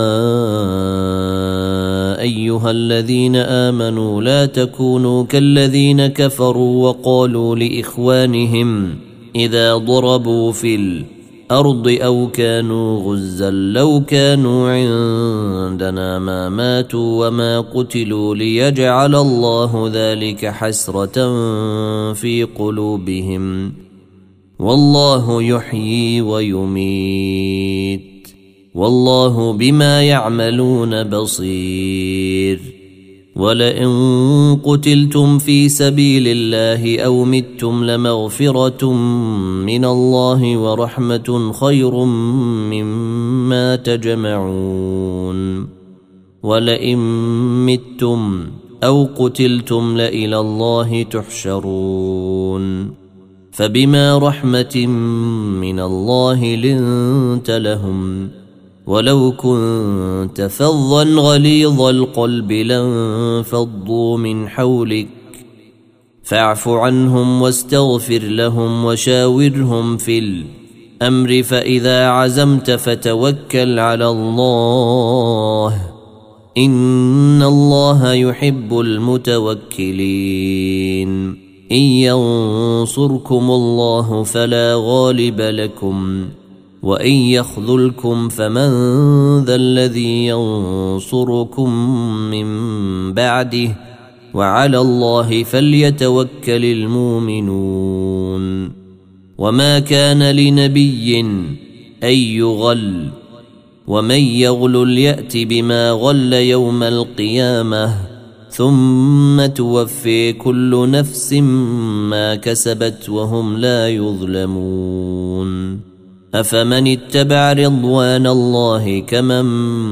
أيها الذين آمنوا لا تكونوا كالذين كفروا وقالوا لإخوانهم إذا ضربوا في الأرض أو كانوا غزا لو كانوا عندنا ما ماتوا وما قتلوا ليجعل الله ذلك حسرة في قلوبهم والله يحيي ويميت والله بما يعملون بصير ولئن قتلتم في سبيل الله أو متم لمغفرة من الله ورحمة خير مما تجمعون ولئن متم أو قتلتم لإلى الله تحشرون فبما رحمة من الله لنت لهم ولو كنت فظا غليظ القلب لانفضوا من حولك فاعف عنهم واستغفر لهم وشاورهم في الأمر فإذا عزمت فتوكل على الله إن الله يحب المتوكلين إن ينصركم الله فلا غالب لكم وإن يخذلكم فمن ذا الذي ينصركم من بعده وعلى الله فليتوكل المؤمنون وما كان لنبي أن يغل ومن يغل يأت بما غل يوم القيامة ثم توفي كل نفس ما كسبت وهم لا يظلمون أفمن اتبع رضوان الله كمن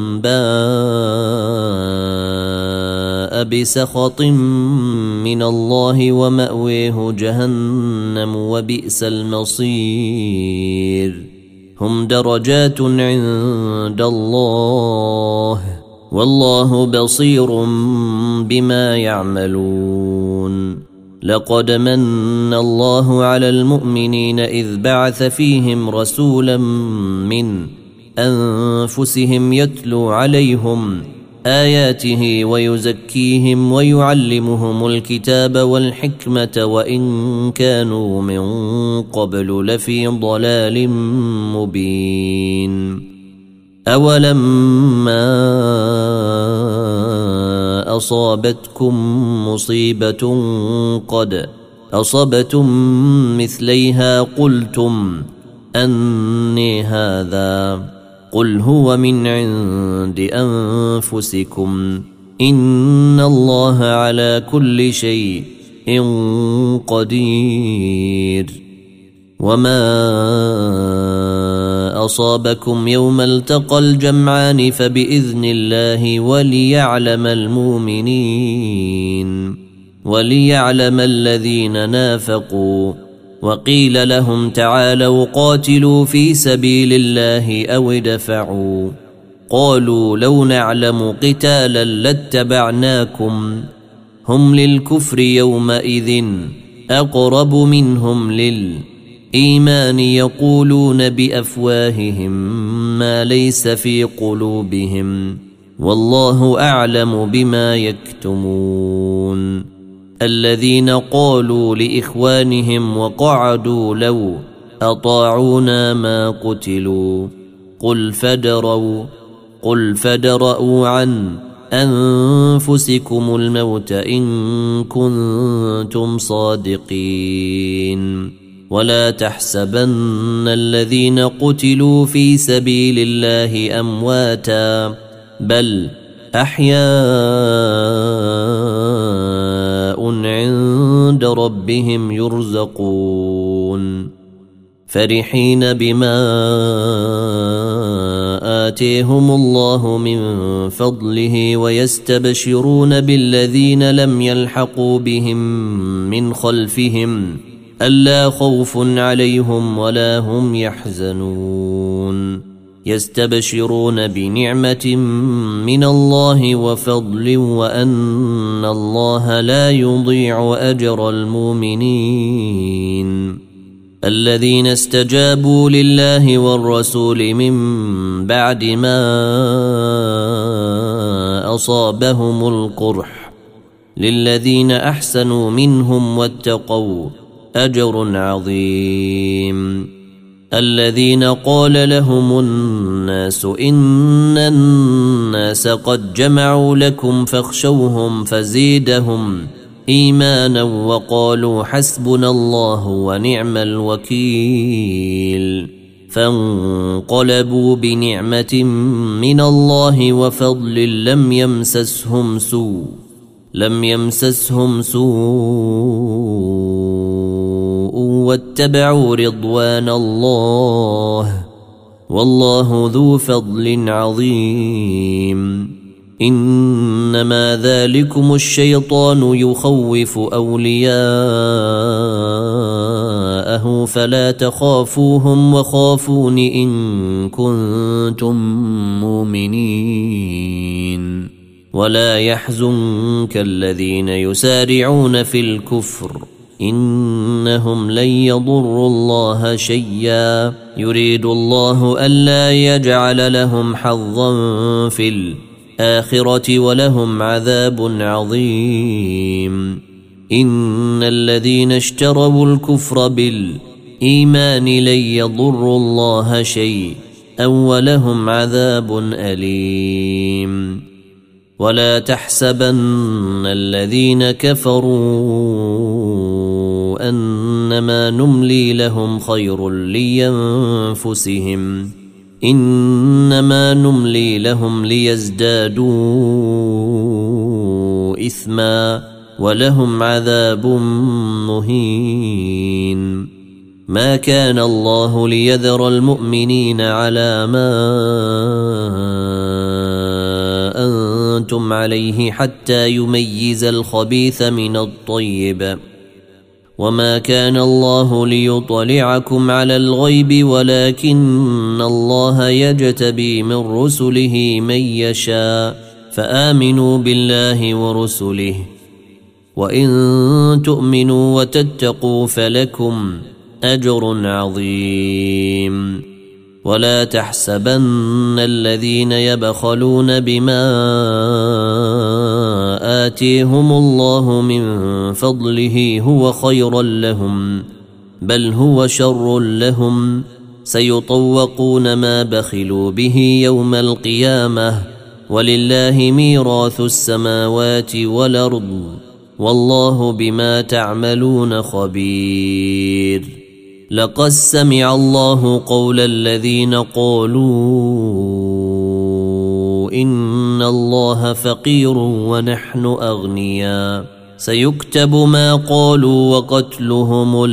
باء بسخط من الله ومأويه جهنم وبئس المصير هم درجات عند الله والله بصير بما يعملون لقد من الله على المؤمنين إذ بعث فيهم رسولا من أنفسهم يتلو عليهم آياته ويزكيهم ويعلمهم الكتاب والحكمة وإن كانوا من قبل لفي ضلال مبين أولما أصابتكم مصيبة قد أصبتم مثليها قلتم أني هذا قل هو من عند أنفسكم إن الله على كل شيء قدير وما أصابكم يوم التقى الجمعان فبإذن الله وليعلم المؤمنين وليعلم الذين نافقوا وقيل لهم تعالوا قاتلوا في سبيل الله أو ادفعوا قالوا لو نعلم قتالا لاتبعناكم هم للكفر يومئذ أقرب منهم للإيمان يقولون بأفواههم ما ليس في قلوبهم والله أعلم بما يكتمون الذين قالوا لإخوانهم وقعدوا لو أطاعونا ما قتلوا قل فادروا قل فادرءوا عن أنفسكم الموت إن كنتم صادقين ولا تحسبن الذين قتلوا في سبيل الله أمواتا بل أحياء عند ربهم يرزقون فرحين بما آتيهم الله من فضله ويستبشرون بالذين لم يلحقوا بهم من خلفهم ألا خوف عليهم ولا هم يحزنون يستبشرون بنعمة من الله وفضل وأن الله لا يضيع أجر المؤمنين الذين استجابوا لله والرسول من بعد ما أصابهم القرح للذين أحسنوا منهم واتقوا أجر عظيم الذين قال لهم الناس إن الناس قد جمعوا لكم فاخشوهم فزيدهم إيمانا وقالوا حسبنا الله ونعم الوكيل فانقلبوا بنعمة من الله وفضل لم يمسسهم سوء لم يمسسهم سوء واتبعوا رضوان الله والله ذو فضل عظيم إنما ذلكم الشيطان يخوف أولياءه فلا تخافوهم وخافون إن كنتم مؤمنين ولا يحزنك الذين يسارعون في الكفر إنهم لن يضروا الله شيئا يريد الله ألا يجعل لهم حظا في الآخرة ولهم عذاب عظيم إن الذين اشتروا الكفر بالإيمان لن يضروا الله شيئا ولهم عذاب أليم ولا تحسبن الذين كفروا أنما نملي لهم خير لينفسهم إنما نملي لهم ليزدادوا إثما ولهم عذاب مهين ما كان الله ليذر المؤمنين على ما أنتم عليه حتى يميز الخبيث من الطيب وما كان الله ليطلعكم على الغيب ولكن الله يجتبي من رسله من يشاء فآمنوا بالله ورسله وإن تؤمنوا وتتقوا فلكم أجر عظيم ولا تحسبن الذين يبخلون بما آتيهم الله من فضله هو خيرا لهم بل هو شر لهم سيطوقون ما بخلوا به يوم القيامة ولله ميراث السماوات والأرض والله بما تعملون خبير لقد سمع الله قول الذين قالوا إن الله فقير ونحن أغنياء سيكتب ما قالوا وقتلهم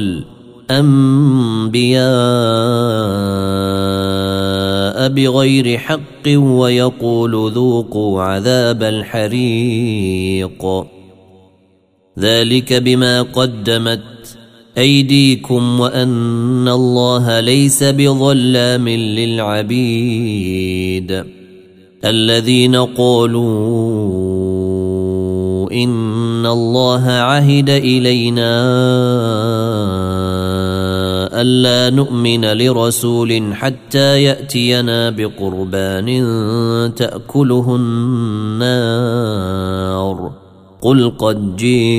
الأنبياء بغير حق ويقول ذوقوا عذاب الحريق ذلك بما قدمت أيديكم وأن الله ليس بظلام للعبيد الذين قالوا إن الله عهد إلينا ألا نؤمن لرسول حتى يأتينا بقربان تأكله النار قل قد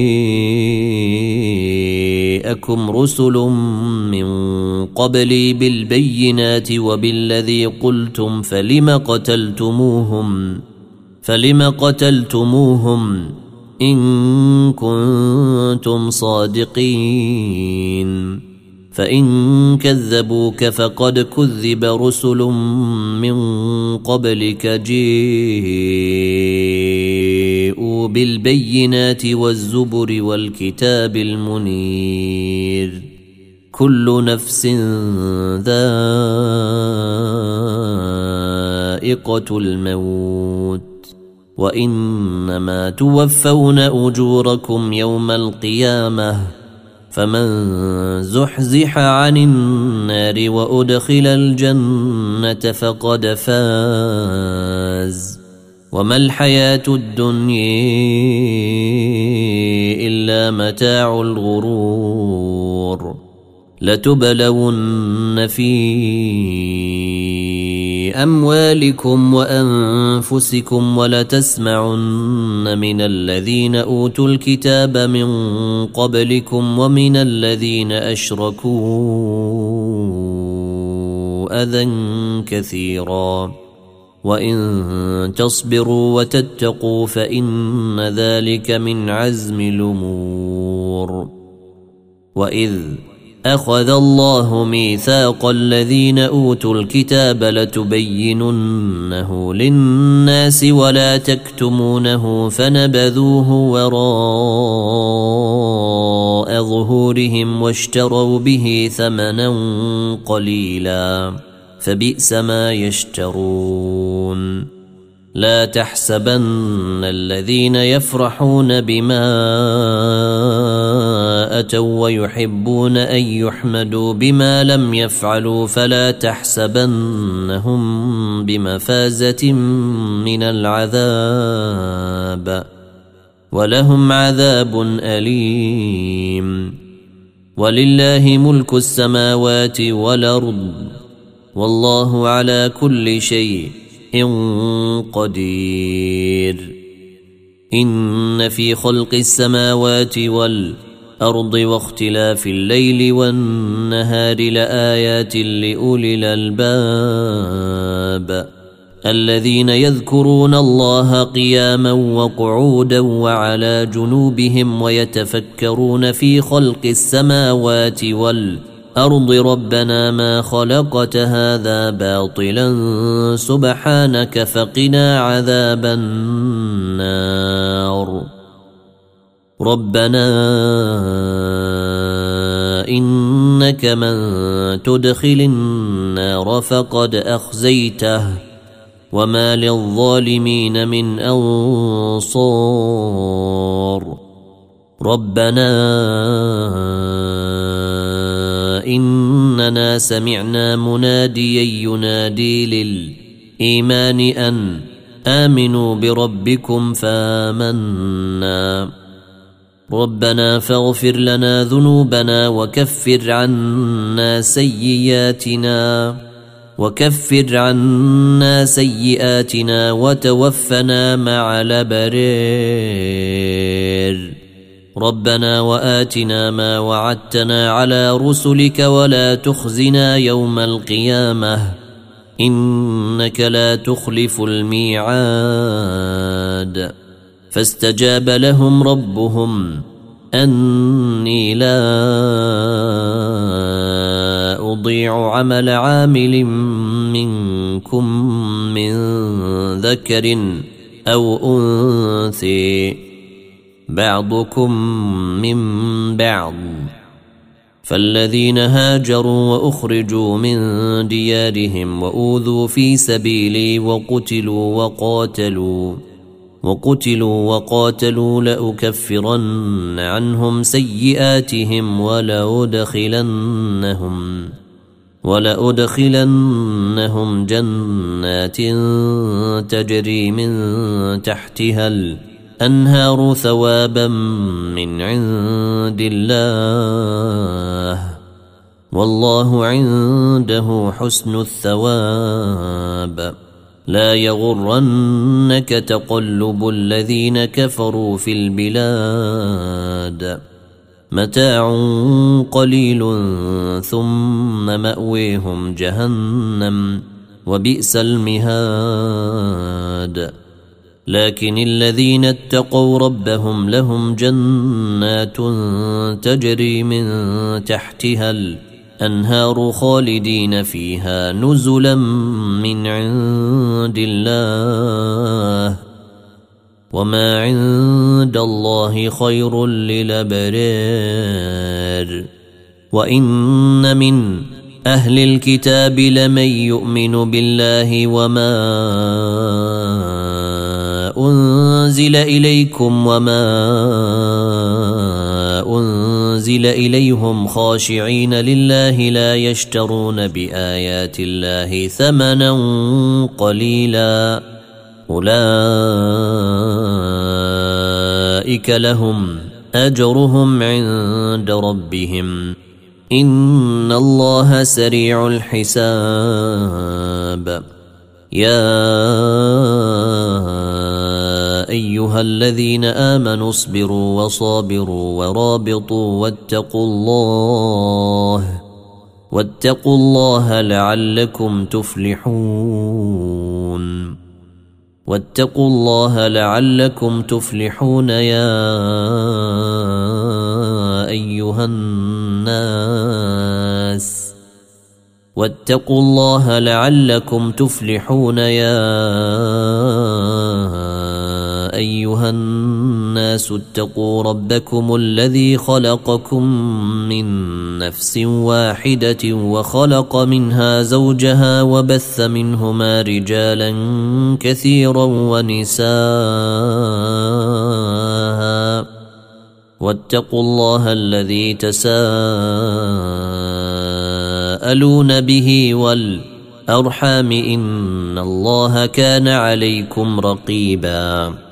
جاءكم رسل من قبلي بالبينات وبالذي قلتم فلم قتلتموهم فلم قتلتموهم إن كنتم صادقين فإن كذبوك فقد كذب رسل من قبلك جاءوا بالبينات والزبر والكتاب المنير كل نفس ذائقة الموت وإنما توفون أجوركم يوم القيامة فمن زحزح عن النار وأدخل الجنة فقد فاز وما الحياة الدنيا إلا متاع الغرور لتبلون في أموالكم وأنفسكم ولتسمعن من الذين أوتوا الكتاب من قبلكم ومن الذين أشركوا أذى كثيرا وإن تصبروا وتتقوا فإن ذلك من عزم الأمور وإذ أخذ الله ميثاق الذين أوتوا الكتاب لتبيننه للناس ولا تكتمونه فنبذوه وراء ظهورهم واشتروا به ثمنا قليلا فبئس ما يشترون لا تحسبن الذين يفرحون بما أتوا ويحبون أن يحمدوا بما لم يفعلوا فلا تحسبنهم بمفازة من العذاب ولهم عذاب أليم ولله ملك السماوات والأرض والله على كل شيء قدير إن في خلق السماوات والأرض واختلاف الليل والنهار لآيات لأولي الألباب الذين يذكرون الله قياما وقعودا وعلى جنوبهم ويتفكرون في خلق السماوات والأرض ربنا ما خلقت هذا باطلا سبحانك فقنا عذاب النار ربنا إنك من تدخل النار فقد أخزيته وما للظالمين من أنصار ربنا إننا سمعنا مناديا ينادي للإيمان أن آمنوا بربكم فآمنا ربنا فاغفر لنا ذنوبنا وكفر عنا سيئاتنا وكفر عنا سيئاتنا وتوفنا مع الأبرار ربنا وآتنا ما وعدتنا على رسلك ولا تخزنا يوم القيامة إنك لا تخلف الميعاد فاستجاب لهم ربهم أني لا أضيع عمل عامل منكم من ذكر أو أنثى بعضكم من بعض فالذين هاجروا وأخرجوا من ديارهم وأوذوا في سبيلي وقتلوا وقاتلوا وقتلوا وقاتلوا لأكفرن عنهم سيئاتهم ولأدخلنهم ولأدخلنهم جنات تجري من تحتها الأنهار ثوابا من عند الله والله عنده حسن الثواب لا يغرنك تقلب الذين كفروا في البلاد متاع قليل ثم مأويهم جهنم وبئس المهاد لكن الذين اتقوا ربهم لهم جنات تجري من تحتها الأنهار خالدين فيها نزلا من عند الله وما عند الله خير للأبرار وإن من أهل الكتاب لمن يؤمن بالله وما أنزل إليكم وما أنزل إليهم خاشعين لله لا يشترون بآيات الله ثمنا قليلا أولئك لهم أجرهم عند ربهم إن الله سريع الحساب يا أيها الذين آمنوا اصبروا وصابروا ورابطوا واتقوا الله واتقوا الله لعلكم تفلحون واتقوا الله لعلكم تفلحون يا أيها الناس واتقوا الله لعلكم تفلحون يا أيها الناس اتقوا ربكم الذي خلقكم من نفس واحدة وخلق منها زوجها وبث منهما رجالا كثيرا ونساء واتقوا الله الذي تساءلون به والأرحام إن الله كان عليكم رقيبا